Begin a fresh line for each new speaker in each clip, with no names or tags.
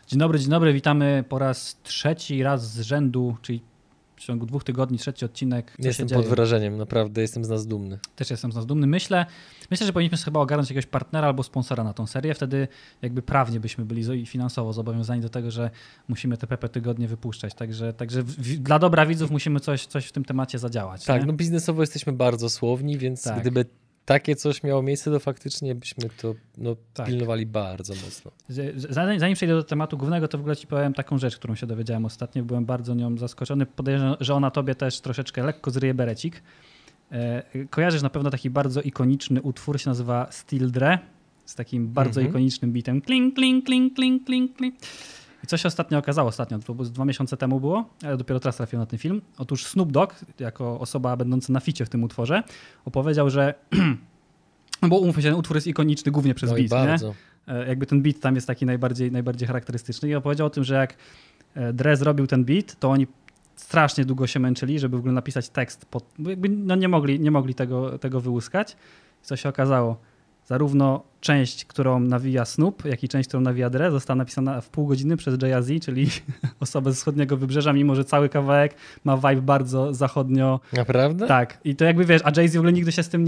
Dzień dobry, witamy po raz trzeci raz z rzędu, czyli w ciągu 2 tygodni, trzeci odcinek.
Jestem pod wrażeniem, naprawdę jestem z nas dumny.
Też jestem z nas dumny. Myślę, że powinniśmy chyba ogarnąć jakiegoś partnera albo sponsora na tą serię, wtedy jakby prawnie byśmy byli i finansowo zobowiązani do tego, że musimy te PP tygodnie wypuszczać. Także dla dobra widzów musimy coś w tym temacie zadziałać.
Tak,
nie?
no biznesowo jesteśmy bardzo słowni, więc
Tak.
gdyby takie coś miało miejsce, to faktycznie byśmy to
Tak.
pilnowali bardzo mocno.
Zanim przejdę do tematu głównego, to w ogóle ci powiem taką rzecz, którą się dowiedziałem ostatnio. Byłem bardzo nią zaskoczony. Podejrzewam, że ona tobie też troszeczkę lekko zryje berecik. Kojarzysz na pewno taki bardzo ikoniczny utwór, się nazywa Still Dre, z takim bardzo ikonicznym bitem. Kling, kling, kling, kling, kling, kling. I co się ostatnio okazało? To 2 miesiące temu było, ale dopiero teraz trafiłem na ten film. Otóż Snoop Dogg, jako osoba będąca na ficie w tym utworze, opowiedział, że no bo umówmy się, ten utwór jest ikoniczny głównie przez beat,
bardzo.
nie? Jakby ten beat tam jest taki najbardziej charakterystyczny i opowiedział o tym, że jak Dre zrobił ten beat, to oni strasznie długo się męczyli, żeby w ogóle napisać tekst, bo jakby nie mogli tego wyłuskać. Co się okazało? Zarówno część, którą nawija Snoop, jak i część, którą nawija Dre, została napisana w pół godziny przez Jay-Z, czyli osobę z wschodniego wybrzeża, mimo że cały kawałek ma vibe bardzo zachodnio.
Naprawdę?
Tak. I to jakby wiesz, a Jay-Z w ogóle nigdy się z tym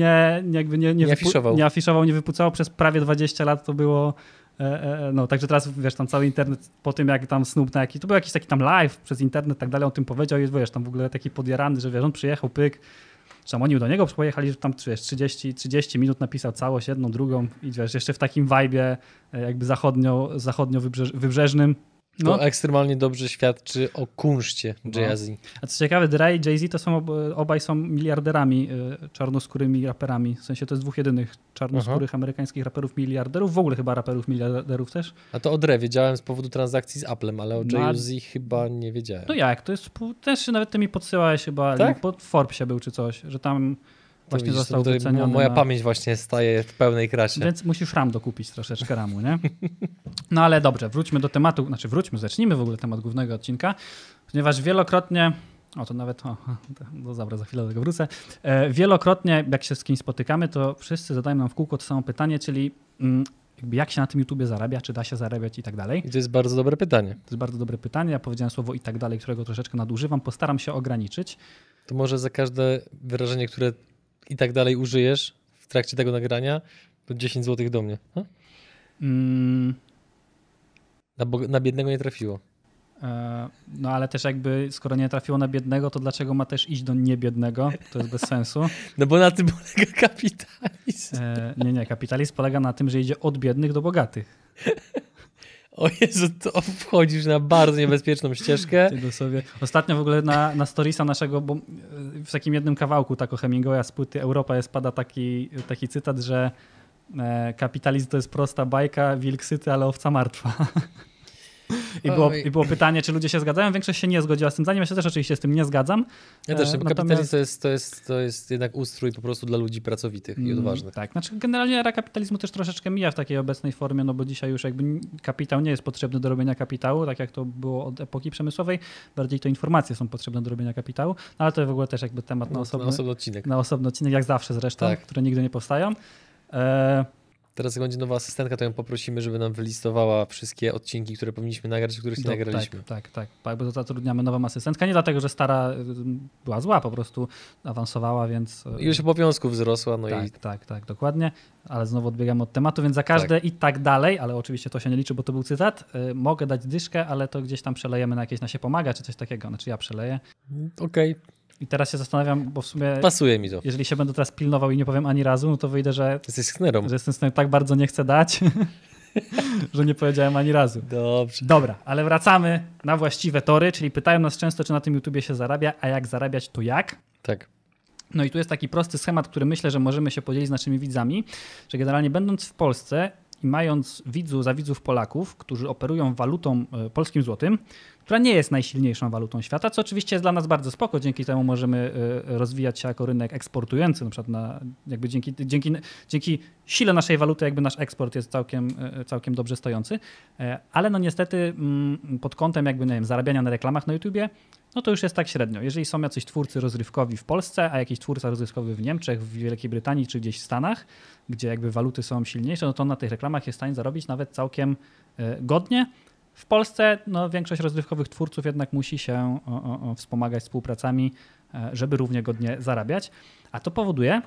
nie afiszował, nie wypucało. Przez prawie 20 lat to było. No, także teraz wiesz, tam cały internet po tym, jak tam Snoop to był jakiś taki tam live przez internet, tak dalej, on o tym powiedział i wiesz, tam w ogóle taki podjarany, że wiesz, on przyjechał, pyk. Tam oni do niego pojechali, że tam wiesz, 30 minut napisał całość, jedną, drugą i wiesz, jeszcze w takim vibe'ie jakby zachodnio-wybrzeżnym. No.
To ekstremalnie dobrze świadczy o kunszcie Jay-Z.
A co ciekawe, Dre i Jay-Z to są obaj są miliarderami, czarnoskórymi raperami. W sensie to jest 2 jedynych czarnoskórych amerykańskich raperów miliarderów. W ogóle chyba raperów miliarderów też.
A to o Dre wiedziałem z powodu transakcji z Applem, ale o Jay-Z chyba nie wiedziałem.
No jak? To jest też nawet ty mi podsyłałeś chyba,
tak?
Po Forbesie był czy coś, że tam właśnie
widzisz,
został wyceniony.
Moja pamięć właśnie staje w pełnej krasie.
Więc musisz RAM dokupić troszeczkę RAMu, nie? No ale dobrze, wróćmy do tematu, zacznijmy w ogóle temat głównego odcinka, ponieważ wielokrotnie, za chwilę do tego wrócę, wielokrotnie jak się z kimś spotykamy, to wszyscy zadają nam w kółko to samo pytanie, czyli jakby jak się na tym YouTubie zarabia, czy da się zarabiać i tak dalej.
I to jest bardzo dobre pytanie.
To jest bardzo dobre pytanie, ja powiedziałem słowo i tak dalej, którego troszeczkę nadużywam, postaram się ograniczyć.
To może za każde wyrażenie, które i tak dalej użyjesz w trakcie tego nagrania, to 10 zł do mnie. Na biednego nie trafiło.
No ale też jakby, skoro nie trafiło na biednego, to dlaczego ma też iść do niebiednego? To jest bez sensu.
No bo na tym polega kapitalizm.
Nie, kapitalizm polega na tym, że idzie od biednych do bogatych.
O Jezu, to wchodzisz na bardzo niebezpieczną ścieżkę.
Ostatnio w ogóle na storiesa naszego, bo w takim jednym kawałku Taco Hemingwaya z płyty Europa spada taki cytat, że kapitalizm to jest prosta bajka, wilk syty, ale owca martwa. I było pytanie, czy ludzie się zgadzają. Większość się nie zgodziła z tym zdaniem. Ja się też oczywiście z tym nie zgadzam.
Ja też, bo kapitalizm to jest jednak ustrój po prostu dla ludzi pracowitych i odważnych.
Tak, znaczy generalnie era kapitalizmu też troszeczkę mija w takiej obecnej formie, no bo dzisiaj już jakby kapitał nie jest potrzebny do robienia kapitału, tak jak to było od epoki przemysłowej. Bardziej to informacje są potrzebne do robienia kapitału, no ale to w ogóle też jakby temat na osobny odcinek. Na osobny odcinek, jak zawsze zresztą, tak. Które nigdy nie powstają.
Teraz jak będzie nowa asystentka, to ją poprosimy, żeby nam wylistowała wszystkie odcinki, które powinniśmy nagrać, których nie nagraliśmy.
Tak, bo to zatrudniamy nową asystentkę. Nie dlatego, że stara była zła, po prostu awansowała, więc...
Ilość obowiązków wzrosła.
Tak, dokładnie. Ale znowu odbiegamy od tematu, więc za każde i tak dalej, ale oczywiście to się nie liczy, bo to był cytat, mogę dać dyszkę, ale to gdzieś tam przelejemy na jakieś się pomaga, czy coś takiego. Znaczy ja przeleję.
Okej.
I teraz się zastanawiam, bo w sumie...
Pasuje mi to.
Jeżeli się będę teraz pilnował i nie powiem ani razu, no to wyjdę, że...
Jesteś sknerą.
Że jestem sknerą, tak bardzo nie chcę dać, że nie powiedziałem ani razu.
Dobrze.
Dobra, ale wracamy na właściwe tory, czyli pytają nas często, czy na tym YouTubie się zarabia, a jak zarabiać, to jak?
Tak.
No i tu jest taki prosty schemat, który myślę, że możemy się podzielić z naszymi widzami, że generalnie będąc w Polsce i mając za widzów Polaków, którzy operują walutą polskim złotym, która nie jest najsilniejszą walutą świata, co oczywiście jest dla nas bardzo spoko, dzięki temu możemy rozwijać się jako rynek eksportujący, na przykład jakby dzięki sile naszej waluty jakby nasz eksport jest całkiem dobrze stojący, ale no niestety pod kątem jakby, nie wiem, zarabiania na reklamach na YouTubie, no to już jest tak średnio. Jeżeli są jacyś twórcy rozrywkowi w Polsce, a jakiś twórca rozrywkowy w Niemczech, w Wielkiej Brytanii czy gdzieś w Stanach, gdzie jakby waluty są silniejsze, no to na tych reklamach jest w stanie zarobić nawet całkiem godnie. W Polsce większość rozrywkowych twórców jednak musi się wspomagać współpracami, żeby równie godnie zarabiać, a to powoduje,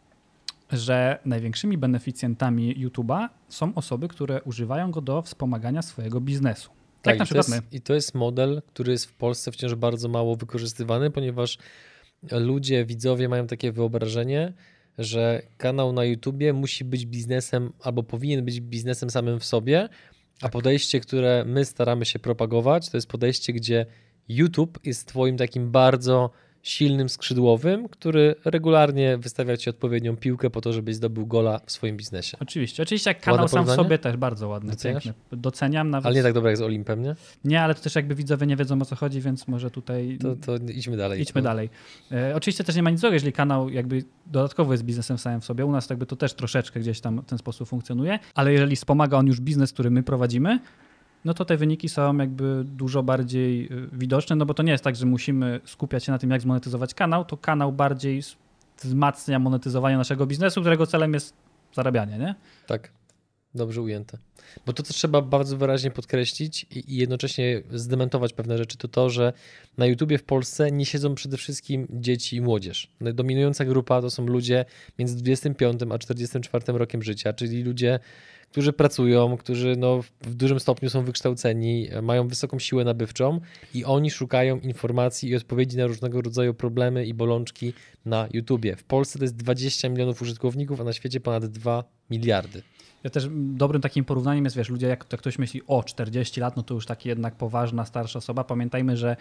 że największymi beneficjentami YouTube'a są osoby, które używają go do wspomagania swojego biznesu. Tak, na przykład my.
I to jest model, który jest w Polsce wciąż bardzo mało wykorzystywany, ponieważ ludzie, widzowie mają takie wyobrażenie, że kanał na YouTubie musi być biznesem albo powinien być biznesem samym w sobie, a podejście, które my staramy się propagować, to jest podejście, gdzie YouTube jest twoim takim bardzo silnym skrzydłowym, który regularnie wystawia ci odpowiednią piłkę po to, żebyś zdobył gola w swoim biznesie.
Oczywiście jak kanał sam w sobie też bardzo ładny, piękny. Doceniam nawet.
Ale nie tak dobra jak z Olympem, nie?
Nie, ale to też jakby widzowie nie wiedzą, o co chodzi, więc może tutaj...
To idźmy dalej.
Idźmy dalej. Oczywiście też nie ma nic złego, jeżeli kanał jakby dodatkowo jest biznesem samym w sobie. U nas jakby to też troszeczkę gdzieś tam w ten sposób funkcjonuje, ale jeżeli wspomaga on już biznes, który my prowadzimy, no to te wyniki są jakby dużo bardziej widoczne, no bo to nie jest tak, że musimy skupiać się na tym, jak zmonetyzować kanał, to kanał bardziej wzmacnia monetyzowanie naszego biznesu, którego celem jest zarabianie, nie?
Tak, dobrze ujęte. Bo to, co trzeba bardzo wyraźnie podkreślić i jednocześnie zdementować pewne rzeczy, to to, że na YouTubie w Polsce nie siedzą przede wszystkim dzieci i młodzież. Dominująca grupa to są ludzie między 25 a 44 rokiem życia, czyli ludzie, którzy pracują, którzy w dużym stopniu są wykształceni, mają wysoką siłę nabywczą i oni szukają informacji i odpowiedzi na różnego rodzaju problemy i bolączki na YouTubie. W Polsce to jest 20 milionów użytkowników, a na świecie ponad 2 miliardy.
Ja też dobrym takim porównaniem jest, ludzie, jak ktoś myśli, 40 lat, no to już taki jednak poważna, starsza osoba. Pamiętajmy, że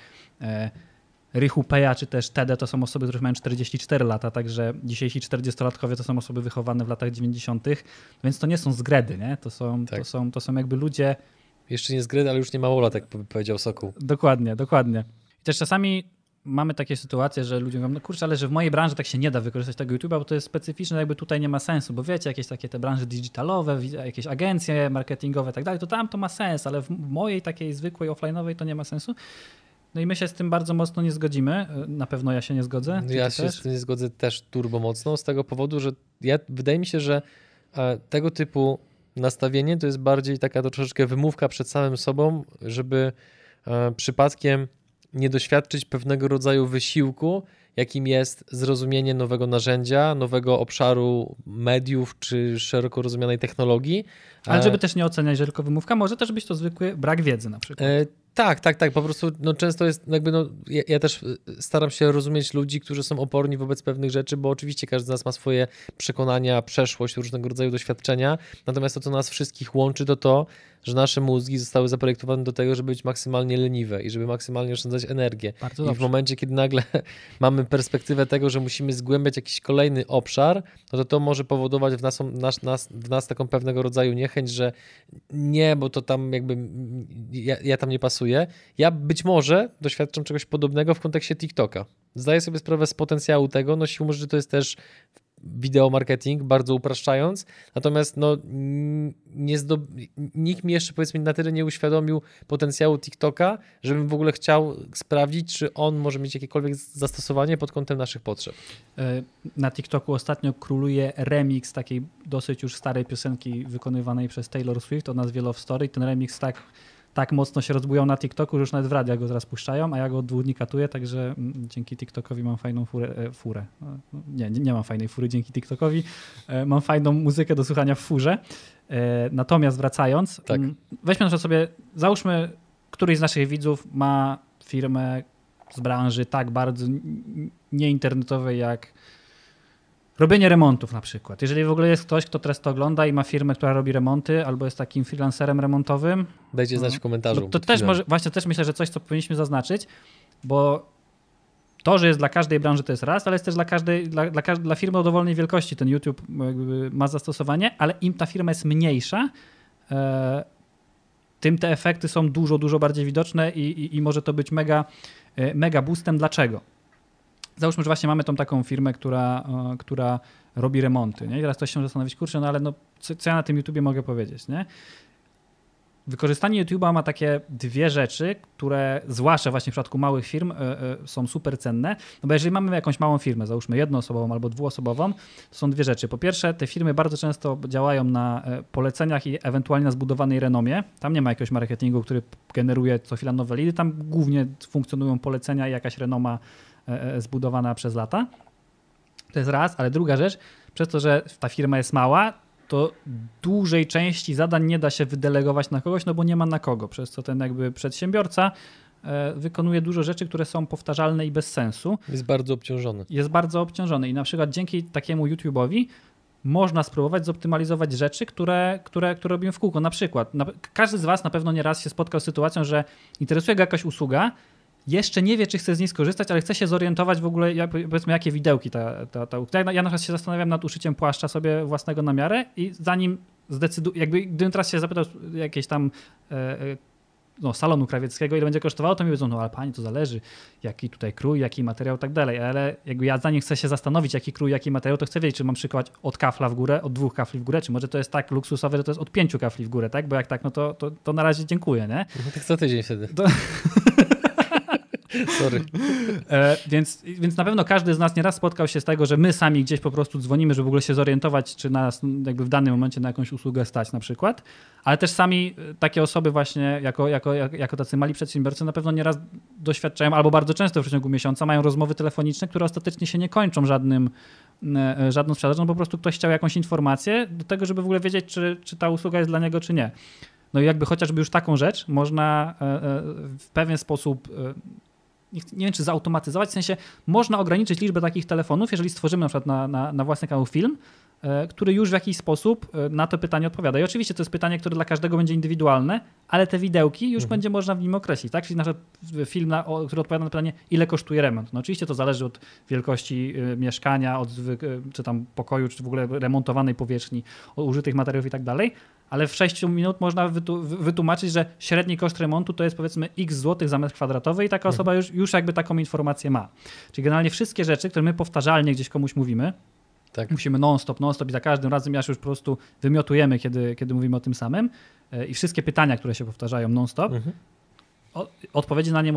Rychu Peja czy też Tede to są osoby, które mają 44 lata, także dzisiejsi 40-latkowie to są osoby wychowane w latach 90., więc to nie są zgredy, nie? To są jakby ludzie...
Jeszcze nie zgredy, ale już nie mało lat, jak powiedział Sokół.
Dokładnie. I też czasami mamy takie sytuacje, że ludzie mówią, ale że w mojej branży tak się nie da wykorzystać tego YouTube'a, bo to jest specyficzne, jakby tutaj nie ma sensu, bo wiecie, jakieś takie te branże digitalowe, jakieś agencje marketingowe i tak dalej, to tam to ma sens, ale w mojej takiej zwykłej offline'owej to nie ma sensu. No i my się z tym bardzo mocno nie zgodzimy. Na pewno ja się nie zgodzę.
Ja się z tym nie zgodzę też turbo mocno, z tego powodu, że wydaje mi się, że tego typu nastawienie to jest bardziej taka troszeczkę wymówka przed samym sobą, żeby przypadkiem nie doświadczyć pewnego rodzaju wysiłku, jakim jest zrozumienie nowego narzędzia, nowego obszaru mediów czy szeroko rozumianej technologii.
Ale żeby też nie oceniać, że tylko wymówka, może też być to zwykły brak wiedzy na przykład.
Tak. Po prostu często jest jakby ja też staram się rozumieć ludzi, którzy są oporni wobec pewnych rzeczy, bo oczywiście każdy z nas ma swoje przekonania, przeszłość, różnego rodzaju doświadczenia. Natomiast to, co nas wszystkich łączy, to, że nasze mózgi zostały zaprojektowane do tego, żeby być maksymalnie leniwe i żeby maksymalnie oszczędzać energię.
Bardzo
I
dobrze.
w momencie, kiedy nagle mamy perspektywę tego, że musimy zgłębiać jakiś kolejny obszar, to może powodować w nas taką pewnego rodzaju niechęć, że nie, bo to tam jakby ja tam nie pasuję. Ja być może doświadczam czegoś podobnego w kontekście TikToka. Zdaję sobie sprawę z potencjału tego, siłą rzeczy to jest też wideo marketing, bardzo upraszczając, natomiast nikt mi jeszcze powiedzmy na tyle nie uświadomił potencjału TikToka, żebym w ogóle chciał sprawdzić, czy on może mieć jakiekolwiek zastosowanie pod kątem naszych potrzeb.
Na TikToku ostatnio króluje remix takiej dosyć już starej piosenki wykonywanej przez Taylor Swift o nazwie Love Story. Ten remix tak mocno się rozbujał na TikToku, że już nawet w radiach go teraz puszczają, a ja go od 2 dni katuję, także dzięki TikTokowi mam fajną furę. Nie mam fajnej fury dzięki TikTokowi. Mam fajną muzykę do słuchania w furze. Natomiast wracając,
tak.
Weźmy na przykład sobie, załóżmy, któryś z naszych widzów ma firmę z branży tak bardzo nieinternetowej jak robienie remontów na przykład. Jeżeli w ogóle jest ktoś, kto teraz to ogląda i ma firmę, która robi remonty albo jest takim freelancerem remontowym.
Dajcie znać w komentarzu.
To też też myślę, że coś, co powinniśmy zaznaczyć, bo to, że jest dla każdej branży, to jest raz, ale jest też dla firmy o dowolnej wielkości. Ten YouTube jakby ma zastosowanie, ale im ta firma jest mniejsza, tym te efekty są dużo bardziej widoczne i może to być mega boostem. Dlaczego? Załóżmy, że właśnie mamy tą taką firmę, która robi remonty. Nie? I teraz ktoś się zastanowić, kurczę, ale co ja na tym YouTubie mogę powiedzieć? Nie? wykorzystanie YouTube'a ma takie dwie rzeczy, które zwłaszcza właśnie w przypadku małych firm są super cenne. No bo jeżeli mamy jakąś małą firmę, załóżmy jednoosobową albo dwuosobową, to są dwie rzeczy. Po pierwsze, te firmy bardzo często działają na poleceniach i ewentualnie na zbudowanej renomie. Tam nie ma jakiegoś marketingu, który generuje co chwila nowe lidy. Tam głównie funkcjonują polecenia i jakaś renoma zbudowana przez lata. To jest raz, ale druga rzecz, przez to, że ta firma jest mała, to dużej części zadań nie da się wydelegować na kogoś, no bo nie ma na kogo, przez co ten jakby przedsiębiorca wykonuje dużo rzeczy, które są powtarzalne i bez sensu.
Jest bardzo obciążony.
Jest bardzo obciążony i na przykład dzięki takiemu YouTube'owi można spróbować zoptymalizować rzeczy, które robimy w kółko. Na przykład każdy z was na pewno nieraz się spotkał z sytuacją, że interesuje go jakaś usługa, jeszcze nie wie, czy chce z niej skorzystać, ale chce się zorientować w ogóle, powiedzmy, jakie widełki ja na przykład się zastanawiam nad uszyciem płaszcza sobie własnego na miarę i zanim zdecyduję, gdybym teraz się zapytał jakieś tam salonu krawieckiego, ile będzie kosztowało, to mi powiedzą, no ale pani, to zależy, jaki tutaj krój, jaki materiał i tak dalej, ale jakby ja zanim chcę się zastanowić, jaki krój, jaki materiał, to chcę wiedzieć, czy mam szykować od kafla w górę, od 2 kafli w górę, czy może to jest tak luksusowe, że to jest od 5 kafli w górę, tak? Bo jak tak, no to na razie dziękuję, nie?
Tak co tydzień wtedy. Sorry.
Więc na pewno każdy z nas nieraz spotkał się z tego, że my sami gdzieś po prostu dzwonimy, żeby w ogóle się zorientować, czy nas jakby w danym momencie na jakąś usługę stać na przykład, ale też sami takie osoby właśnie jako tacy mali przedsiębiorcy na pewno nieraz doświadczają, albo bardzo często w przeciągu miesiąca mają rozmowy telefoniczne, które ostatecznie się nie kończą żadną sprzedażą, po prostu ktoś chciał jakąś informację do tego, żeby w ogóle wiedzieć, czy ta usługa jest dla niego, czy nie. No i jakby chociażby już taką rzecz można w pewien sposób nie wiem, czy zautomatyzować, w sensie można ograniczyć liczbę takich telefonów, jeżeli stworzymy na przykład na własny kanał film, który już w jakiś sposób na to pytanie odpowiada. I oczywiście to jest pytanie, które dla każdego będzie indywidualne, ale te widełki już będzie można w nim określić. Tak? Czyli na przykład film, który odpowiada na pytanie, ile kosztuje remont. No oczywiście to zależy od wielkości mieszkania, czy tam pokoju, czy w ogóle remontowanej powierzchni, od użytych materiałów i tak dalej, ale w 6 minut można wytłumaczyć, że średni koszt remontu to jest powiedzmy x złotych za metr kwadratowy i taka osoba już jakby taką informację ma. Czyli generalnie wszystkie rzeczy, które my powtarzalnie gdzieś komuś mówimy, tak. Musimy non-stop i za każdym razem aż już po prostu wymiotujemy, kiedy mówimy o tym samym i wszystkie pytania, które się powtarzają non-stop, odpowiedzi na nie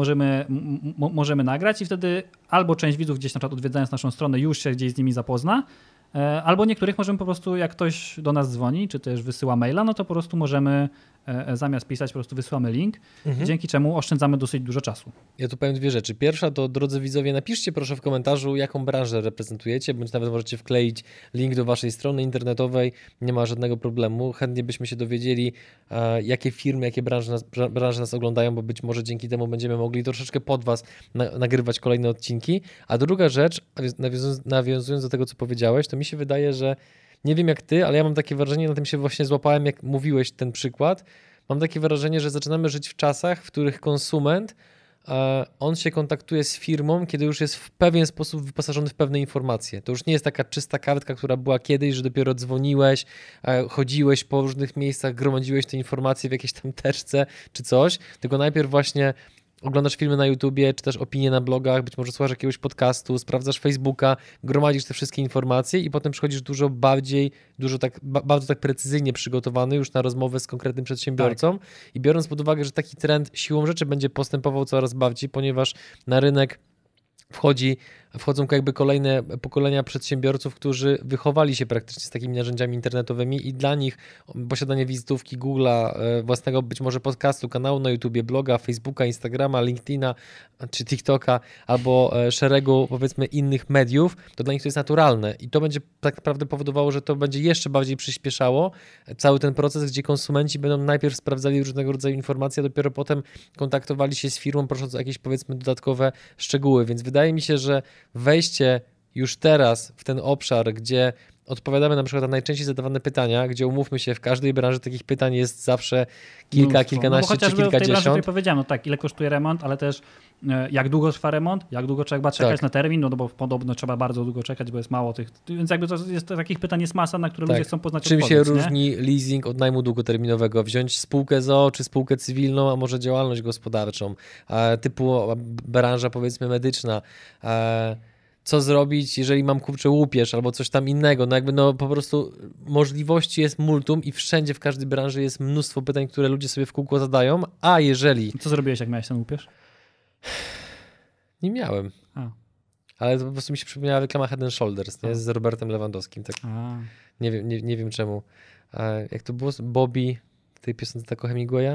możemy nagrać i wtedy albo część widzów gdzieś na przykład odwiedzając naszą stronę już się gdzieś z nimi zapozna, albo niektórych możemy po prostu, jak ktoś do nas dzwoni, czy też wysyła maila, no to po prostu możemy zamiast pisać, po prostu wysyłamy link, dzięki czemu oszczędzamy dosyć dużo czasu.
Ja tu powiem dwie rzeczy. Pierwsza to, drodzy widzowie, napiszcie proszę w komentarzu, jaką branżę reprezentujecie, bądź nawet możecie wkleić link do waszej strony internetowej, nie ma żadnego problemu. Chętnie byśmy się dowiedzieli, jakie firmy, jakie branże nas oglądają, bo być może dzięki temu będziemy mogli troszeczkę pod was nagrywać kolejne odcinki. A druga rzecz, nawiązując do tego, co powiedziałeś, to mi się wydaje, że nie wiem jak ty, ale ja mam takie wrażenie, na tym się właśnie złapałem, jak mówiłeś ten przykład. Mam takie wrażenie, że zaczynamy żyć w czasach, w których konsument, on się kontaktuje z firmą, kiedy już jest w pewien sposób wyposażony w pewne informacje. To już nie jest taka czysta kartka, która była kiedyś, że dopiero dzwoniłeś, chodziłeś po różnych miejscach, gromadziłeś te informacje w jakiejś tam teczce czy coś, tylko najpierw właśnie oglądasz filmy na YouTubie, czytasz opinie na blogach, być może słuchasz jakiegoś podcastu, sprawdzasz Facebooka, gromadzisz te wszystkie informacje i potem przychodzisz bardzo tak precyzyjnie przygotowany już na rozmowę z konkretnym przedsiębiorcą. Tak. I biorąc pod uwagę, że taki trend siłą rzeczy będzie postępował coraz bardziej, ponieważ na rynek wchodzą jakby kolejne pokolenia przedsiębiorców, którzy wychowali się praktycznie z takimi narzędziami internetowymi i dla nich posiadanie wizytówki Google'a, własnego być może podcastu, kanału na YouTubie, bloga, Facebooka, Instagrama, LinkedIna czy TikToka albo szeregu powiedzmy innych mediów, to dla nich to jest naturalne i to będzie tak naprawdę powodowało, że to będzie jeszcze bardziej przyspieszało cały ten proces, gdzie konsumenci będą najpierw sprawdzali różnego rodzaju informacje, a dopiero potem kontaktowali się z firmą, prosząc o jakieś powiedzmy dodatkowe szczegóły, więc wydaje mi się, że wejście już teraz w ten obszar, gdzie odpowiadamy na przykład na najczęściej zadawane pytania, gdzie umówmy się, w każdej branży takich pytań jest zawsze kilkanaście czy kilkadziesiąt.
W tej branży tutaj powiedziałem, no tak, ile kosztuje remont, ale też jak długo trwa remont, jak długo trzeba czekać na termin, no bo podobno trzeba bardzo długo czekać, bo jest mało tych, więc jakby takich pytań jest masa, na które ludzie chcą poznać
Czym
odpowiedź.
Czym się różni leasing od najmu długoterminowego? Wziąć spółkę z o.o. czy spółkę cywilną, a może działalność gospodarczą, typu branża powiedzmy medyczna, co zrobić, jeżeli mam kurczę łupież albo coś tam innego. No jakby no po prostu możliwości jest multum i wszędzie w każdej branży jest mnóstwo pytań, które ludzie sobie w kółko zadają, a jeżeli...
Co zrobiłeś, jak miałeś ten łupież?
Nie miałem. Ale to po prostu mi się przypomniała reklama Head and Shoulders, nie? Z Robertem Lewandowskim. Tak. Nie wiem czemu. Jak to było? Bobby w tej piosence takiego Hemingwaya?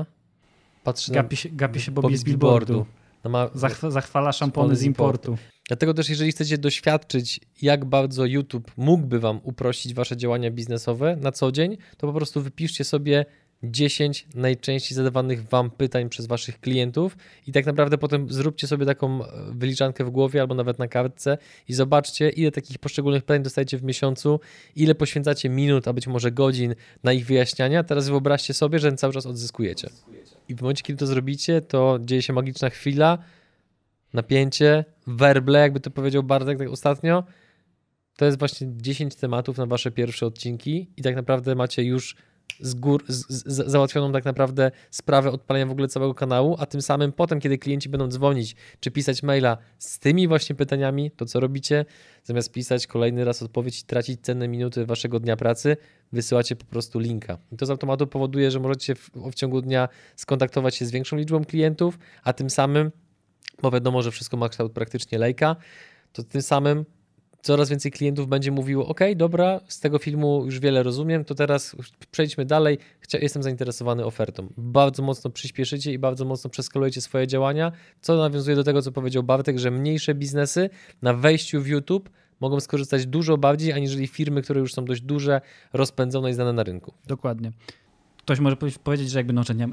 Gapi się Bobby z billboardu.
No
Zachwala szampony z importu.
Dlatego też, jeżeli chcecie doświadczyć, jak bardzo YouTube mógłby wam uprościć wasze działania biznesowe na co dzień, to po prostu wypiszcie sobie 10 najczęściej zadawanych wam pytań przez waszych klientów i tak naprawdę potem zróbcie sobie taką wyliczankę w głowie albo nawet na kartce i zobaczcie, ile takich poszczególnych pytań dostajecie w miesiącu, ile poświęcacie minut, a być może godzin na ich wyjaśniania. Teraz wyobraźcie sobie, że cały czas odzyskujecie. I w momencie, kiedy to zrobicie, to dzieje się magiczna chwila, napięcie, werble, jakby to powiedział Bartek tak ostatnio. To jest właśnie 10 tematów na wasze pierwsze odcinki i tak naprawdę macie już z góry załatwioną tak naprawdę sprawę odpalenia w ogóle całego kanału, a tym samym potem, kiedy klienci będą dzwonić czy pisać maila z tymi właśnie pytaniami, to co robicie, zamiast pisać kolejny raz odpowiedź i tracić cenne minuty waszego dnia pracy, wysyłacie po prostu linka. I to z automatu powoduje, że możecie w ciągu dnia skontaktować się z większą liczbą klientów, a tym samym, bo wiadomo, że wszystko ma kształt praktycznie lejka, to tym samym coraz więcej klientów będzie mówiło, ok, dobra, z tego filmu już wiele rozumiem, to teraz przejdźmy dalej, jestem zainteresowany ofertą. Bardzo mocno przyspieszycie i bardzo mocno przeskalujecie swoje działania, co nawiązuje do tego, co powiedział Bartek, że mniejsze biznesy na wejściu w YouTube mogą skorzystać dużo bardziej, aniżeli firmy, które już są dość duże, rozpędzone i znane na rynku.
Dokładnie. Ktoś może powiedzieć, że jakby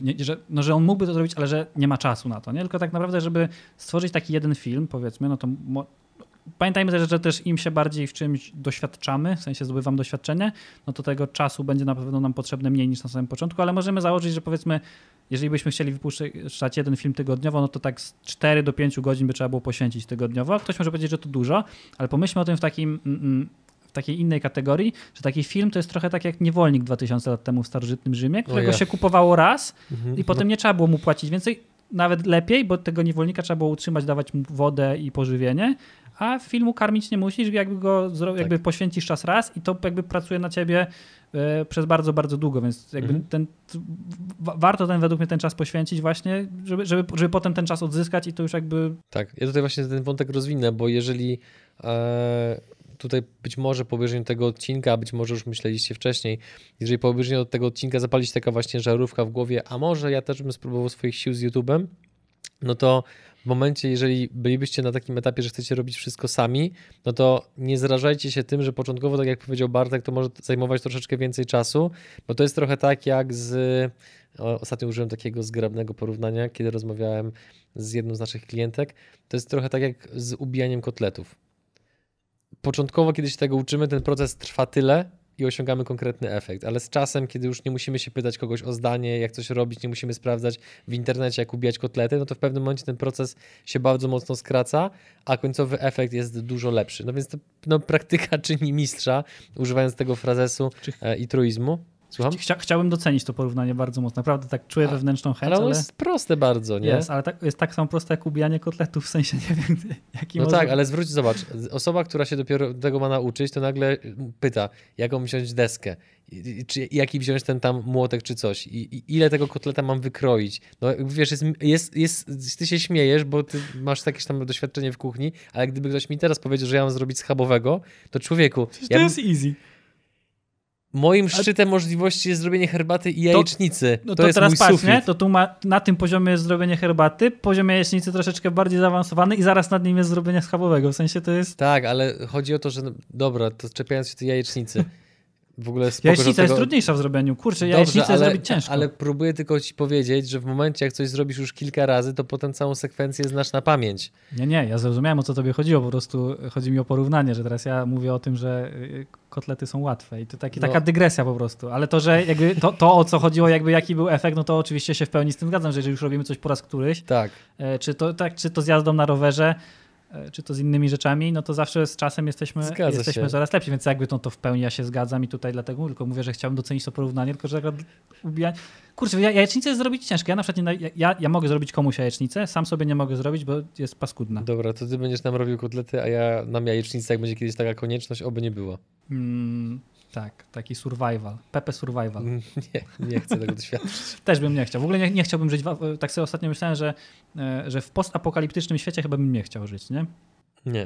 że on mógłby to zrobić, ale że nie ma czasu na to, nie? Tylko tak naprawdę, żeby stworzyć taki jeden film, powiedzmy, no to pamiętajmy też, że też im się bardziej w czymś doświadczamy, w sensie zdobywam doświadczenie, no to tego czasu będzie na pewno nam potrzebne mniej niż na samym początku, ale możemy założyć, że powiedzmy, jeżeli byśmy chcieli wypuszczać jeden film tygodniowo, no to tak z 4 do 5 godzin by trzeba było poświęcić tygodniowo. Ktoś może powiedzieć, że to dużo, ale pomyślmy o tym w takiej innej kategorii, że taki film to jest trochę tak jak Niewolnik 2000 lat temu w starożytnym Rzymie, którego się kupowało raz i potem nie trzeba było mu płacić więcej, nawet lepiej, bo tego niewolnika trzeba było utrzymać, dawać mu wodę i pożywienie, a filmu karmić nie musisz, jakby poświęcisz czas raz i to jakby pracuje na ciebie przez bardzo, bardzo długo, więc jakby warto według mnie ten czas poświęcić właśnie, żeby potem ten czas odzyskać i to już jakby... Tak,
ja tutaj właśnie ten wątek rozwinę, bo jeżeli tutaj być może po obejrzeniu tego odcinka, być może już myśleliście wcześniej, jeżeli po obejrzeniu tego odcinka zapalić taka właśnie żarówka w głowie, a może ja też bym spróbował swoich sił z YouTube'em, no to w momencie, jeżeli bylibyście na takim etapie, że chcecie robić wszystko sami, no to nie zrażajcie się tym, że początkowo, tak jak powiedział Bartek, to może zajmować troszeczkę więcej czasu, bo to jest trochę tak jak ostatnio użyłem takiego zgrabnego porównania, kiedy rozmawiałem z jedną z naszych klientek, to jest trochę tak jak z ubijaniem kotletów. Początkowo, kiedy się tego uczymy, ten proces trwa tyle i osiągamy konkretny efekt, ale z czasem, kiedy już nie musimy się pytać kogoś o zdanie, jak coś robić, nie musimy sprawdzać w internecie, jak ubijać kotlety, no to w pewnym momencie ten proces się bardzo mocno skraca, a końcowy efekt jest dużo lepszy. No więc praktyka czyni mistrza, używając tego frazesu i truizmu. Słucham?
Chciałbym docenić to porównanie bardzo mocno. Naprawdę tak czuję wewnętrzną chęć.
Ale ono jest proste bardzo, nie?
Jest, ale jest tak samo proste jak ubijanie kotletów, w sensie nie wiem jaki
No tak, ale zobacz, osoba, która się dopiero tego ma nauczyć, to nagle pyta, jaką wziąć deskę, czy jaki wziąć ten tam młotek czy coś i ile tego kotleta mam wykroić. No wiesz, ty się śmiejesz, bo ty masz jakieś tam doświadczenie w kuchni, ale gdyby ktoś mi teraz powiedział, że ja mam zrobić schabowego, to człowieku...
To jest easy.
Moim szczytem możliwości jest zrobienie herbaty i jajecznicy.
To
jest
teraz
mój
patrz,
sufit.
Nie? To tu na tym poziomie jest zrobienie herbaty, poziom jajecznicy troszeczkę bardziej zaawansowany i zaraz nad nim jest zrobienie schabowego. W sensie to jest...
Tak, ale chodzi o to, że dobra, to czepiając się tej jajecznicy. W ogóle
jajecznica jest trudniejsza w zrobieniu. Kurczę, jajecznicę jest zrobić ciężko.
Ale próbuję tylko ci powiedzieć, że w momencie, jak coś zrobisz już kilka razy, to potem całą sekwencję znasz na pamięć.
Nie, ja zrozumiałem, o co tobie chodziło. Po prostu chodzi mi o porównanie, że teraz ja mówię o tym, że kotlety są łatwe i to taka dygresja po prostu. Ale to, że jakby to o co chodziło, jakby jaki był efekt, no to oczywiście się w pełni z tym zgadzam, że jeżeli już robimy coś po raz któryś,
tak.
Czy to z jazdą na rowerze, czy to z innymi rzeczami, no to zawsze z czasem jesteśmy coraz lepsi, więc jakby to w pełni ja się zgadzam i tutaj dlatego tylko mówię, że chciałbym docenić to porównanie, tylko że ubijanie... Kurczę, jajecznicę jest zrobić ciężko. Ja na przykład ja mogę zrobić komuś jajecznicę, sam sobie nie mogę zrobić, bo jest paskudna.
Dobra, to ty będziesz nam robił kotlety, a ja nam jajecznicę, jak będzie kiedyś taka konieczność, oby nie było.
Tak, taki survival. Pepe survival.
Nie chcę tego doświadczyć.
Też bym nie chciał. W ogóle nie chciałbym żyć, tak sobie ostatnio myślałem, że w postapokaliptycznym świecie chyba bym nie chciał żyć, nie?
Nie.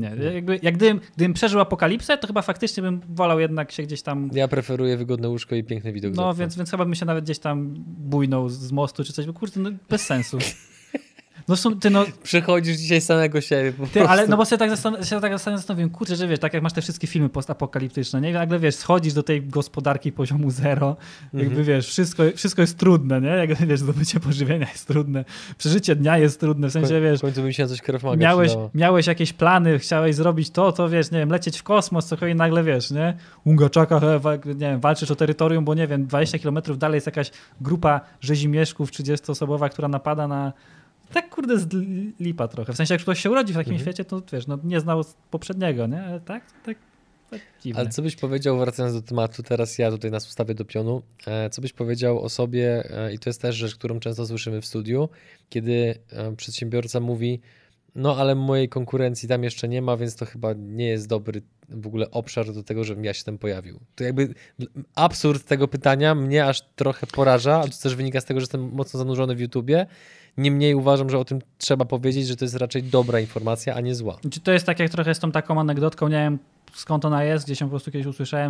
Gdybym przeżył apokalipsę, to chyba faktycznie bym wolał jednak się gdzieś tam...
Ja preferuję wygodne łóżko i piękny widok.
No, więc chyba bym się nawet gdzieś tam bujnął z mostu czy coś, bo kurde, no, bez sensu. No,
Przechodzisz dzisiaj samego siebie po prostu.
Ale no bo sobie tak zastanowiłem, kurczę, że wiesz, tak jak masz te wszystkie filmy postapokaliptyczne, nie? I nagle wiesz, schodzisz do tej gospodarki poziomu zero, jakby wiesz, wszystko jest trudne, nie? Jakby wiesz, zdobycie pożywienia jest trudne, przeżycie dnia jest trudne, w sensie wiesz...
W końcu bym się na coś krewmaga
miałeś jakieś plany, chciałeś zrobić to wiesz, nie wiem, lecieć w kosmos, cokolwiek nagle wiesz, nie? Unga czaka, nie wiem, walczysz o terytorium, bo nie wiem, 20 kilometrów dalej jest jakaś grupa rzezimieszków 30-osobowa, która napada na... Tak kurde z lipa trochę. W sensie jak ktoś się urodzi w takim świecie, to wiesz, no nie znał poprzedniego, nie? Ale tak dziwne.
Ale co byś powiedział, wracając do tematu, teraz ja tutaj nas ustawię do pionu, co byś powiedział o sobie, i to jest też rzecz, którą często słyszymy w studiu, kiedy przedsiębiorca mówi, no ale mojej konkurencji tam jeszcze nie ma, więc to chyba nie jest dobry w ogóle obszar do tego, żebym ja się tam pojawił. To jakby absurd tego pytania mnie aż trochę poraża, a to też wynika z tego, że jestem mocno zanurzony w YouTubie. Niemniej uważam, że o tym trzeba powiedzieć, że to jest raczej dobra informacja, a nie zła.
To jest tak jak trochę z tą taką anegdotką, nie wiem skąd ona jest, gdzieś ją po prostu kiedyś usłyszałem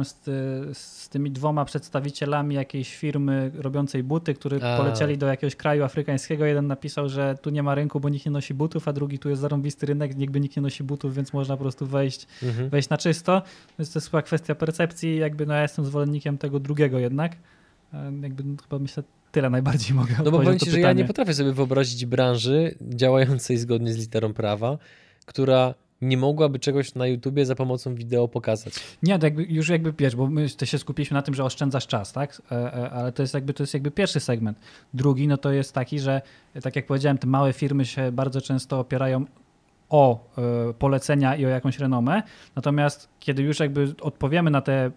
z tymi dwoma przedstawicielami jakiejś firmy robiącej buty, którzy polecieli do jakiegoś kraju afrykańskiego. Jeden napisał, że tu nie ma rynku, bo nikt nie nosi butów, a drugi tu jest zarąbisty rynek, nikt nie nosi butów, więc można po prostu wejść na czysto. Więc to jest chyba kwestia percepcji, jakby no ja jestem zwolennikiem tego drugiego jednak. Jakby chyba myślę tyle najbardziej mogę odpowiedzieć.
No bo powiem ci, że ja nie potrafię sobie wyobrazić branży działającej zgodnie z literą prawa, która nie mogłaby czegoś na YouTubie za pomocą wideo pokazać.
Nie, to już wiesz, bo my się skupiliśmy na tym, że oszczędzasz czas, tak? Ale to jest jakby pierwszy segment. Drugi, no to jest taki, że tak jak powiedziałem, te małe firmy się bardzo często opierają o polecenia i o jakąś renomę, natomiast kiedy już jakby odpowiemy na te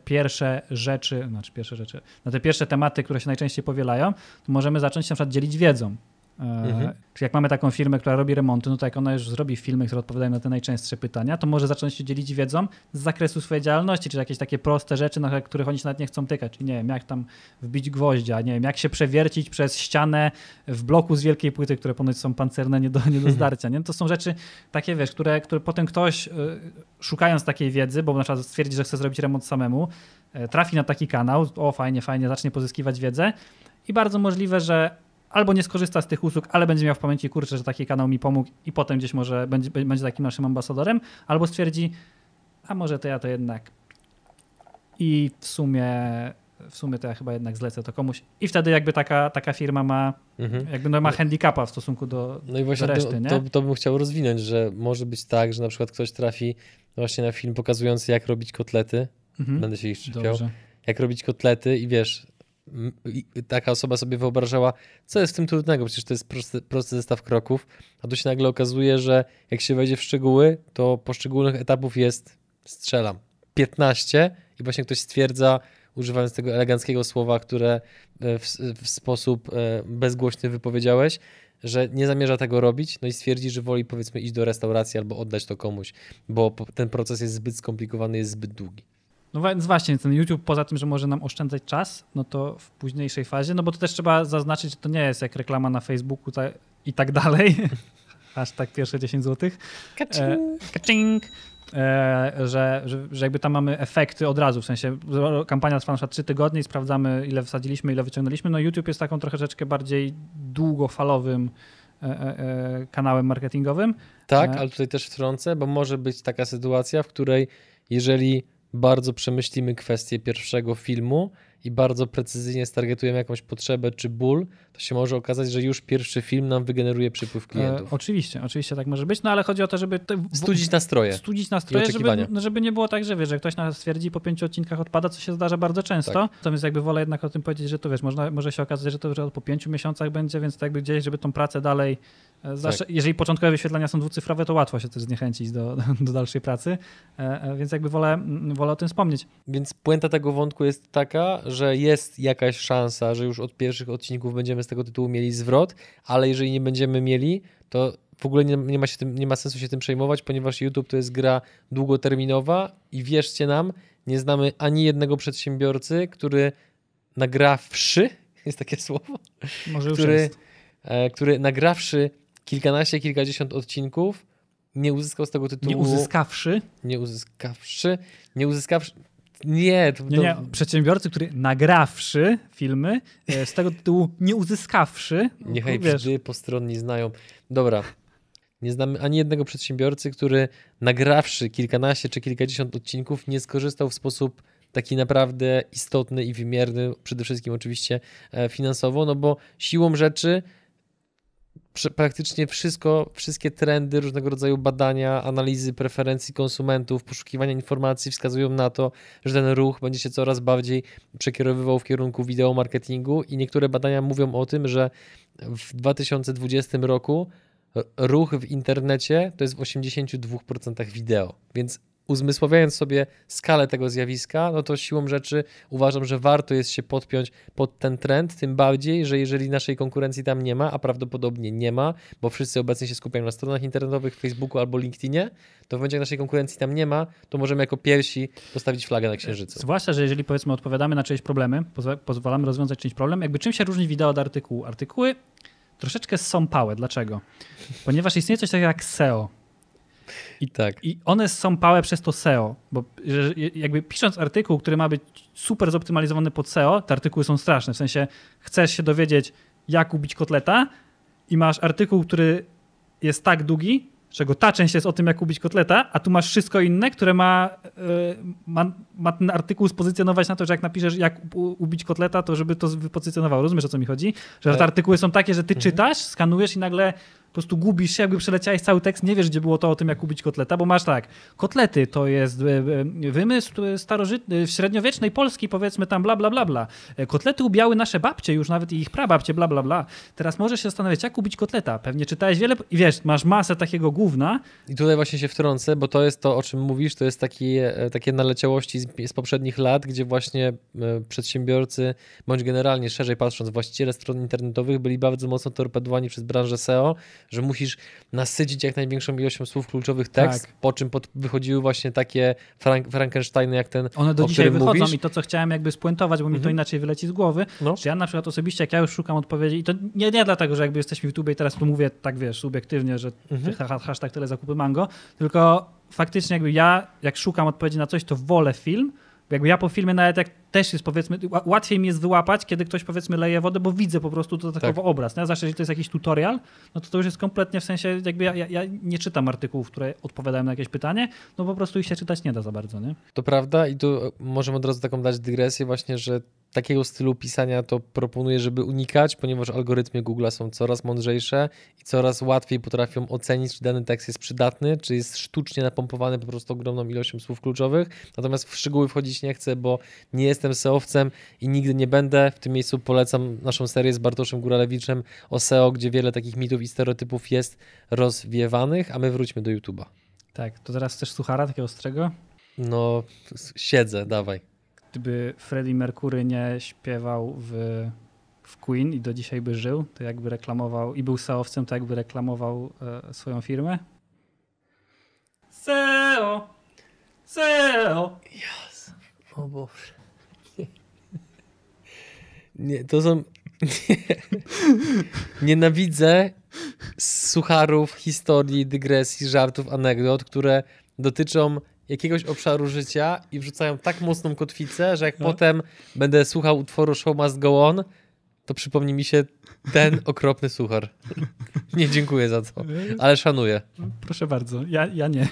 na te pierwsze tematy, które się najczęściej powielają, to możemy zacząć się na przykład dzielić wiedzą. Czyli jak mamy taką firmę, która robi remonty, no to jak ona już zrobi filmy, które odpowiadają na te najczęstsze pytania, to może zacząć się dzielić wiedzą z zakresu swojej działalności, czyli jakieś takie proste rzeczy, na których oni się nawet nie chcą tykać. Czyli nie wiem, jak tam wbić gwoździa, nie wiem, jak się przewiercić przez ścianę w bloku z wielkiej płyty, które ponoć są pancerne, nie do zdarcia. Nie? To są rzeczy takie, wiesz, które potem ktoś szukając takiej wiedzy, bo na przykład stwierdzi, że chce zrobić remont samemu, trafi na taki kanał, fajnie, zacznie pozyskiwać wiedzę i bardzo możliwe, że albo nie skorzysta z tych usług, ale będzie miał w pamięci, kurczę, że taki kanał mi pomógł i potem gdzieś może będzie takim naszym ambasadorem, albo stwierdzi, a może to ja to jednak i w sumie to ja chyba jednak zlecę to komuś. I wtedy jakby taka firma ma ma handicapa w stosunku do
No i właśnie
reszty, nie?
To bym chciał rozwinąć, że może być tak, że na przykład ktoś trafi właśnie na film pokazujący, jak robić kotlety. Będę się ich czepiał. Jak robić kotlety i wiesz, taka osoba sobie wyobrażała, co jest w tym trudnego, przecież to jest prosty zestaw kroków, a tu się nagle okazuje, że jak się wejdzie w szczegóły, to poszczególnych etapów jest, strzelam, 15 i właśnie ktoś stwierdza, używając tego eleganckiego słowa, które w sposób bezgłośny wypowiedziałeś, że nie zamierza tego robić, no i stwierdzi, że woli powiedzmy iść do restauracji albo oddać to komuś, bo ten proces jest zbyt skomplikowany, jest zbyt długi.
No więc właśnie, ten YouTube poza tym, że może nam oszczędzać czas, no to w późniejszej fazie, no bo to też trzeba zaznaczyć, że to nie jest jak reklama na Facebooku i tak dalej. Aż tak pierwsze 10 zł. Kaczing. Że jakby tam mamy efekty od razu, w sensie kampania trwa na przykład 3 tygodnie i sprawdzamy, ile wsadziliśmy, ile wyciągnęliśmy. No YouTube jest taką troszeczkę bardziej długofalowym kanałem marketingowym.
Tak, ale tutaj też wtrącę, bo może być taka sytuacja, w której jeżeli bardzo przemyślimy kwestię pierwszego filmu i bardzo precyzyjnie stargetujemy jakąś potrzebę czy ból, to się może okazać, że już pierwszy film nam wygeneruje przypływ klientów.
Oczywiście tak może być, no ale chodzi o to, żeby
studzić nastroje,
żeby nie było tak, że wiesz, że ktoś nas stwierdzi po 5 odcinkach odpada, co się zdarza bardzo często. Tak. Natomiast jakby wolę jednak o tym powiedzieć, że to wiesz, może się okazać, że to już po 5 miesiącach będzie, więc to jakby gdzieś, żeby tą pracę dalej Zwłaszcza jeżeli początkowe wyświetlenia są dwucyfrowe, to łatwo się też zniechęcić do dalszej pracy, więc jakby wolę o tym wspomnieć.
Więc puenta tego wątku jest taka, że jest jakaś szansa, że już od pierwszych odcinków będziemy z tego tytułu mieli zwrot, ale jeżeli nie będziemy mieli, to w ogóle nie ma sensu się tym przejmować, ponieważ YouTube to jest gra długoterminowa i wierzcie nam, nie znamy ani jednego przedsiębiorcy, który nagrawszy, jest takie słowo?
Może już jest.
Który nagrawszy kilkanaście, kilkadziesiąt odcinków, nie uzyskał z tego tytułu... Nie.
Przedsiębiorcy, który nagrawszy filmy, z tego tytułu nie uzyskawszy...
Niechaj wżdy postronni znają. Dobra. Nie znamy ani jednego przedsiębiorcy, który nagrawszy kilkanaście czy kilkadziesiąt odcinków nie skorzystał w sposób taki naprawdę istotny i wymierny, przede wszystkim oczywiście finansowo, no bo siłą rzeczy praktycznie wszystkie trendy, różnego rodzaju badania, analizy preferencji konsumentów, poszukiwania informacji wskazują na to, że ten ruch będzie się coraz bardziej przekierowywał w kierunku wideomarketingu i niektóre badania mówią o tym, że w 2020 roku ruch w internecie to jest w 82% wideo, więc uzmysławiając sobie skalę tego zjawiska, no to siłą rzeczy uważam, że warto jest się podpiąć pod ten trend, tym bardziej, że jeżeli naszej konkurencji tam nie ma, a prawdopodobnie nie ma, bo wszyscy obecnie się skupiają na stronach internetowych, Facebooku albo LinkedInie, to w momencie jak naszej konkurencji tam nie ma, to możemy jako pierwsi postawić flagę na księżycu.
Zwłaszcza, że jeżeli powiedzmy odpowiadamy na czyjeś problemy, pozwalamy rozwiązać czyjś problem, jakby czym się różni wideo od artykułu? Artykuły troszeczkę sąpałe. Dlaczego? Ponieważ istnieje coś takiego jak SEO. I one są pałe przez to SEO, bo jakby pisząc artykuł, który ma być super zoptymalizowany pod SEO, te artykuły są straszne. W sensie chcesz się dowiedzieć, jak ubić kotleta i masz artykuł, który jest tak długi, czego ta część jest o tym, jak ubić kotleta, a tu masz wszystko inne, które ma ten artykuł spozycjonować na to, że jak napiszesz, jak ubić kotleta, to żeby to wypozycjonowało. Rozumiesz, o co mi chodzi? Że te artykuły są takie, że ty czytasz, skanujesz i nagle po prostu gubisz się, jakby przeleciałeś cały tekst, nie wiesz, gdzie było to o tym, jak ubić kotleta, bo masz tak, kotlety to jest wymysł starożytny, średniowiecznej Polski, powiedzmy tam bla, bla, bla, bla. Kotlety ubijały nasze babcie, już nawet i ich prababcie, bla, bla, bla. Teraz możesz się zastanawiać, jak ubić kotleta. Pewnie czytałeś wiele i wiesz, masz masę takiego gówna.
I tutaj właśnie się wtrącę, bo to jest to, o czym mówisz, to jest takie naleciałości z poprzednich lat, gdzie właśnie przedsiębiorcy, bądź generalnie szerzej patrząc, właściciele stron internetowych byli bardzo mocno torpedowani przez branżę SEO, że musisz nasycić jak największą ilością słów kluczowych tekst, po czym wychodziły właśnie takie Frankensteiny jak ten,
one do dzisiaj wychodzą
mówisz.
I to, co chciałem jakby spuentować, bo mi to inaczej wyleci z głowy, że ja na przykład osobiście, jak ja już szukam odpowiedzi, i to nie dlatego, że jakby jesteśmy w YouTube i teraz tu mówię tak, wiesz, subiektywnie, że hashtag tyle zakupy mango, tylko faktycznie jakby ja, jak szukam odpowiedzi na coś, to wolę film, bo jakby ja po filmie nawet jak też jest powiedzmy, łatwiej mi jest wyłapać, kiedy ktoś powiedzmy leje wodę, bo widzę po prostu to takowo obraz. Nie? Zawsze, jeżeli to jest jakiś tutorial, no to już jest kompletnie w sensie, jakby ja nie czytam artykułów, które odpowiadają na jakieś pytanie, no po prostu ich się czytać nie da za bardzo. Nie?
To prawda i tu możemy od razu taką dać dygresję właśnie, że takiego stylu pisania to proponuję, żeby unikać, ponieważ algorytmy Google'a są coraz mądrzejsze i coraz łatwiej potrafią ocenić, czy dany tekst jest przydatny, czy jest sztucznie napompowany po prostu ogromną ilością słów kluczowych. Natomiast w szczegóły wchodzić nie chcę, bo nie jestem SEO-wcem i nigdy nie będę. W tym miejscu polecam naszą serię z Bartoszem Góralewiczem o SEO, gdzie wiele takich mitów i stereotypów jest rozwiewanych, a my wróćmy do YouTube'a.
Tak, to teraz chcesz suchara takiego ostrego?
No, siedzę, dawaj.
Gdyby Freddie Mercury nie śpiewał w Queen i do dzisiaj by żył, to jakby reklamował i był SEO-wcem, to jakby reklamował swoją firmę? SEO! SEO!
Jezu, o Boże. Nie, to są... Nienawidzę sucharów, historii, dygresji, żartów, anegdot, które dotyczą jakiegoś obszaru życia i wrzucają tak mocną kotwicę, że jak potem będę słuchał utworu Show Must Go On, to przypomni mi się ten okropny suchar. Nie dziękuję za to, ale szanuję.
Proszę bardzo, ja nie.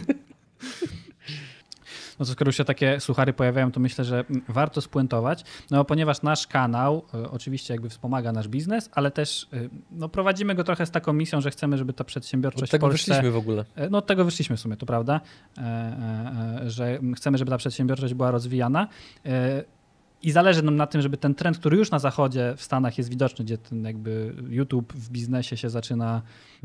No to skoro już się takie suchary pojawiają, to myślę, że warto spuentować, no ponieważ nasz kanał oczywiście jakby wspomaga nasz biznes, ale też no, prowadzimy go trochę z taką misją, że chcemy, żeby ta przedsiębiorczość
w Polsce...
Od tego
wyszliśmy w ogóle.
No od tego wyszliśmy w sumie, to prawda, że chcemy, żeby ta przedsiębiorczość była rozwijana. I zależy nam na tym, żeby ten trend, który już na zachodzie w Stanach jest widoczny, gdzie ten jakby YouTube w biznesie się zaczyna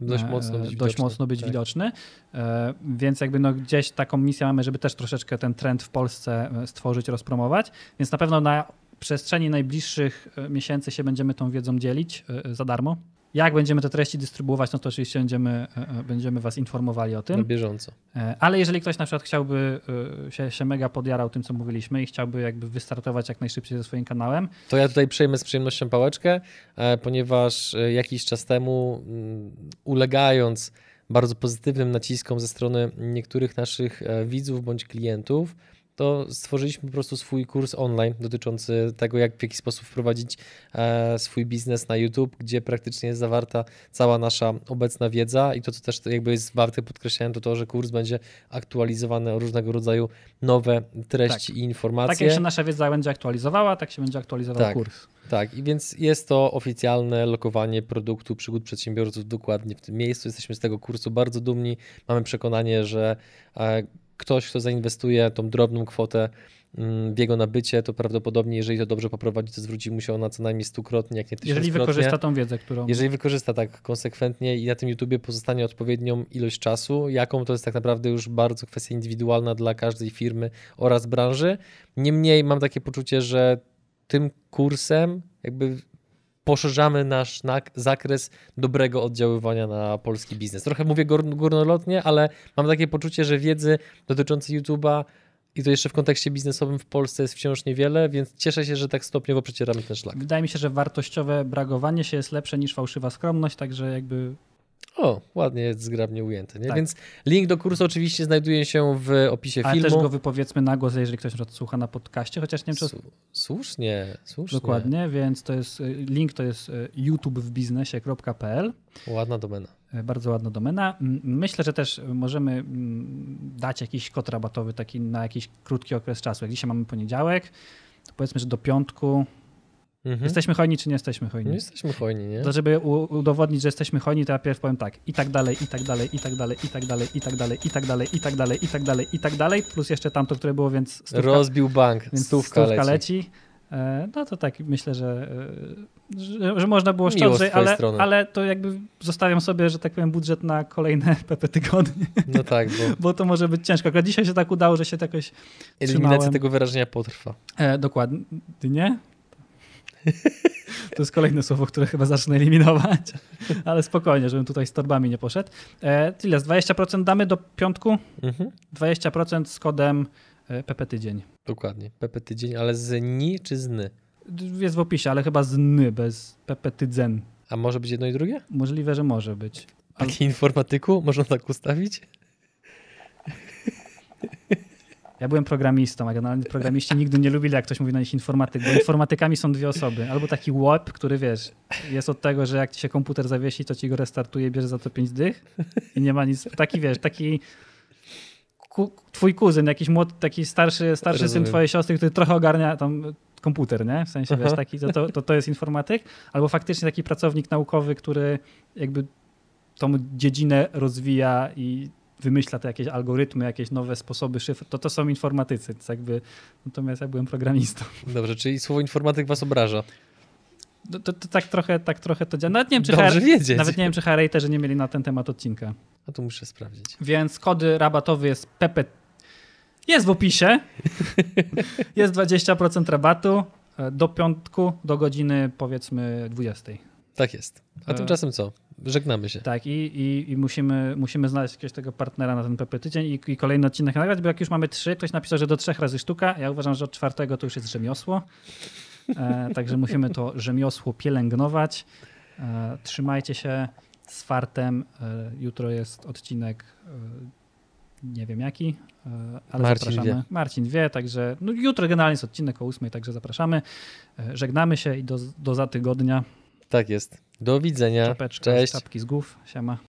dość mocno być widoczny. Więc jakby no gdzieś taką misję mamy, żeby też troszeczkę ten trend w Polsce stworzyć, rozpromować. Więc na pewno na przestrzeni najbliższych miesięcy się będziemy tą wiedzą dzielić za darmo. Jak będziemy te treści dystrybuować, no to oczywiście będziemy was informowali o tym.
Na bieżąco.
Ale jeżeli ktoś na przykład chciałby się mega podjarał tym, co mówiliśmy i chciałby jakby wystartować jak najszybciej ze swoim kanałem.
To ja tutaj przejmę z przyjemnością pałeczkę, ponieważ jakiś czas temu ulegając bardzo pozytywnym naciskom ze strony niektórych naszych widzów bądź klientów, to stworzyliśmy po prostu swój kurs online dotyczący tego, w jaki sposób wprowadzić swój biznes na YouTube, gdzie praktycznie jest zawarta cała nasza obecna wiedza i to, co też jakby jest warte podkreślenia, to, że kurs będzie aktualizowany o różnego rodzaju nowe treści i informacje.
Tak jak się nasza wiedza będzie aktualizowała, tak się będzie aktualizował kurs.
Tak, i więc jest to oficjalne lokowanie produktu przygód przedsiębiorców dokładnie w tym miejscu. Jesteśmy z tego kursu bardzo dumni. Mamy przekonanie, że ktoś, kto zainwestuje tą drobną kwotę w jego nabycie, to prawdopodobnie, jeżeli to dobrze poprowadzi, to zwróci mu się ona co najmniej 100-krotnie, jak nie 1000-krotnie.
Jeżeli wykorzysta tą wiedzę, którą...
Jeżeli wykorzysta tak konsekwentnie i na tym YouTubie pozostanie odpowiednią ilość czasu, jaką to jest tak naprawdę już bardzo kwestia indywidualna dla każdej firmy oraz branży. Niemniej mam takie poczucie, że tym kursem jakby poszerzamy nasz zakres dobrego oddziaływania na polski biznes. Trochę mówię górnolotnie, ale mam takie poczucie, że wiedzy dotyczącej YouTube'a i to jeszcze w kontekście biznesowym w Polsce jest wciąż niewiele, więc cieszę się, że tak stopniowo przecieramy ten szlak.
Wydaje mi się, że wartościowe bragowanie się jest lepsze niż fałszywa skromność, także jakby...
O, ładnie jest zgrabnie ujęte. Nie?
Tak.
Więc link do kursu oczywiście znajduje się w opisie filmu.
Ale też go wypowiedzmy na głos, jeżeli ktoś słucha na podcaście, chociaż nie wiem, czy...
Słusznie.
Dokładnie, więc to jest link, to jest youtubewbiznesie.pl.
Ładna domena.
Bardzo ładna domena. Myślę, że też możemy dać jakiś kod rabatowy taki na jakiś krótki okres czasu. Jak dzisiaj mamy poniedziałek, to powiedzmy, że do piątku jesteśmy hojni, czy nie jesteśmy hojni?
Nie jesteśmy hojni, nie?
To żeby udowodnić, że jesteśmy hojni, to ja pierw powiem tak. I tak dalej, i tak dalej, i tak dalej, i tak dalej, i tak dalej, i tak dalej, i tak dalej, i tak dalej, i tak dalej, plus jeszcze tamto, które było, więc stówka.
Rozbił bank,
więc
stówka leci.
No to tak, myślę, że można było szczodrzej, ale to jakby zostawiam sobie, że tak powiem, budżet na kolejne PP tygodnie.
No tak,
bo to może być ciężko. Akurat dzisiaj się tak udało, że się to jakoś
eliminacja tego wyrażenia potrwa.
Dokładnie. Nie? To jest kolejne słowo, które chyba zacznę eliminować, ale spokojnie, żebym tutaj z torbami nie poszedł. Tyle, 20% damy do piątku, 20% z kodem PP tydzień.
Dokładnie, PP tydzień, ale z ni czy z ny?
Jest w opisie, ale chyba z ny, bez PP tydzen.
A może być jedno i drugie?
Możliwe, że może być.
Taki informatyku? Można tak ustawić?
Ja byłem programistą, a generalnie programiści nigdy nie lubili, jak ktoś mówi na nich informatyk, bo informatykami są dwie osoby. Albo taki łeb, który wiesz, jest od tego, że jak ci się komputer zawiesi, to ci go restartuje, bierze za to 5 dych i nie ma nic. Taki wiesz, taki twój kuzyn, jakiś taki starszy syn twojej siostry, który trochę ogarnia tam komputer, nie? W sensie, wiesz, taki, to jest informatyk. Albo faktycznie taki pracownik naukowy, który jakby tą dziedzinę rozwija i wymyśla te jakieś algorytmy, jakieś nowe sposoby szyfr, to są informatycy. To jakby, natomiast ja byłem programistą.
Dobrze, czyli słowo informatyk was obraża.
To tak trochę to działa. Nawet nie wiem, czy hejterzy nie mieli na ten temat odcinka.
A tu muszę sprawdzić.
Więc kody rabatowy jest PP. Jest w opisie. Jest 20% rabatu do piątku, do godziny powiedzmy 20.
Tak jest. A tymczasem co? Żegnamy się.
Tak i musimy znaleźć jakiegoś tego partnera na ten PP tydzień i kolejny odcinek nagrać, bo jak już mamy 3, ktoś napisał, że do 3 razy sztuka. Ja uważam, że od 4 to już jest rzemiosło. Także musimy to rzemiosło pielęgnować. Trzymajcie się z fartem. Jutro jest odcinek, nie wiem jaki, ale
Marcin
zapraszamy.
Wie.
Marcin wie, także jutro generalnie jest odcinek o 8, także zapraszamy. Żegnamy się i do za tygodnia.
Tak jest. Do widzenia.
Czapeczka,
cześć.
czapki z głów. Siema.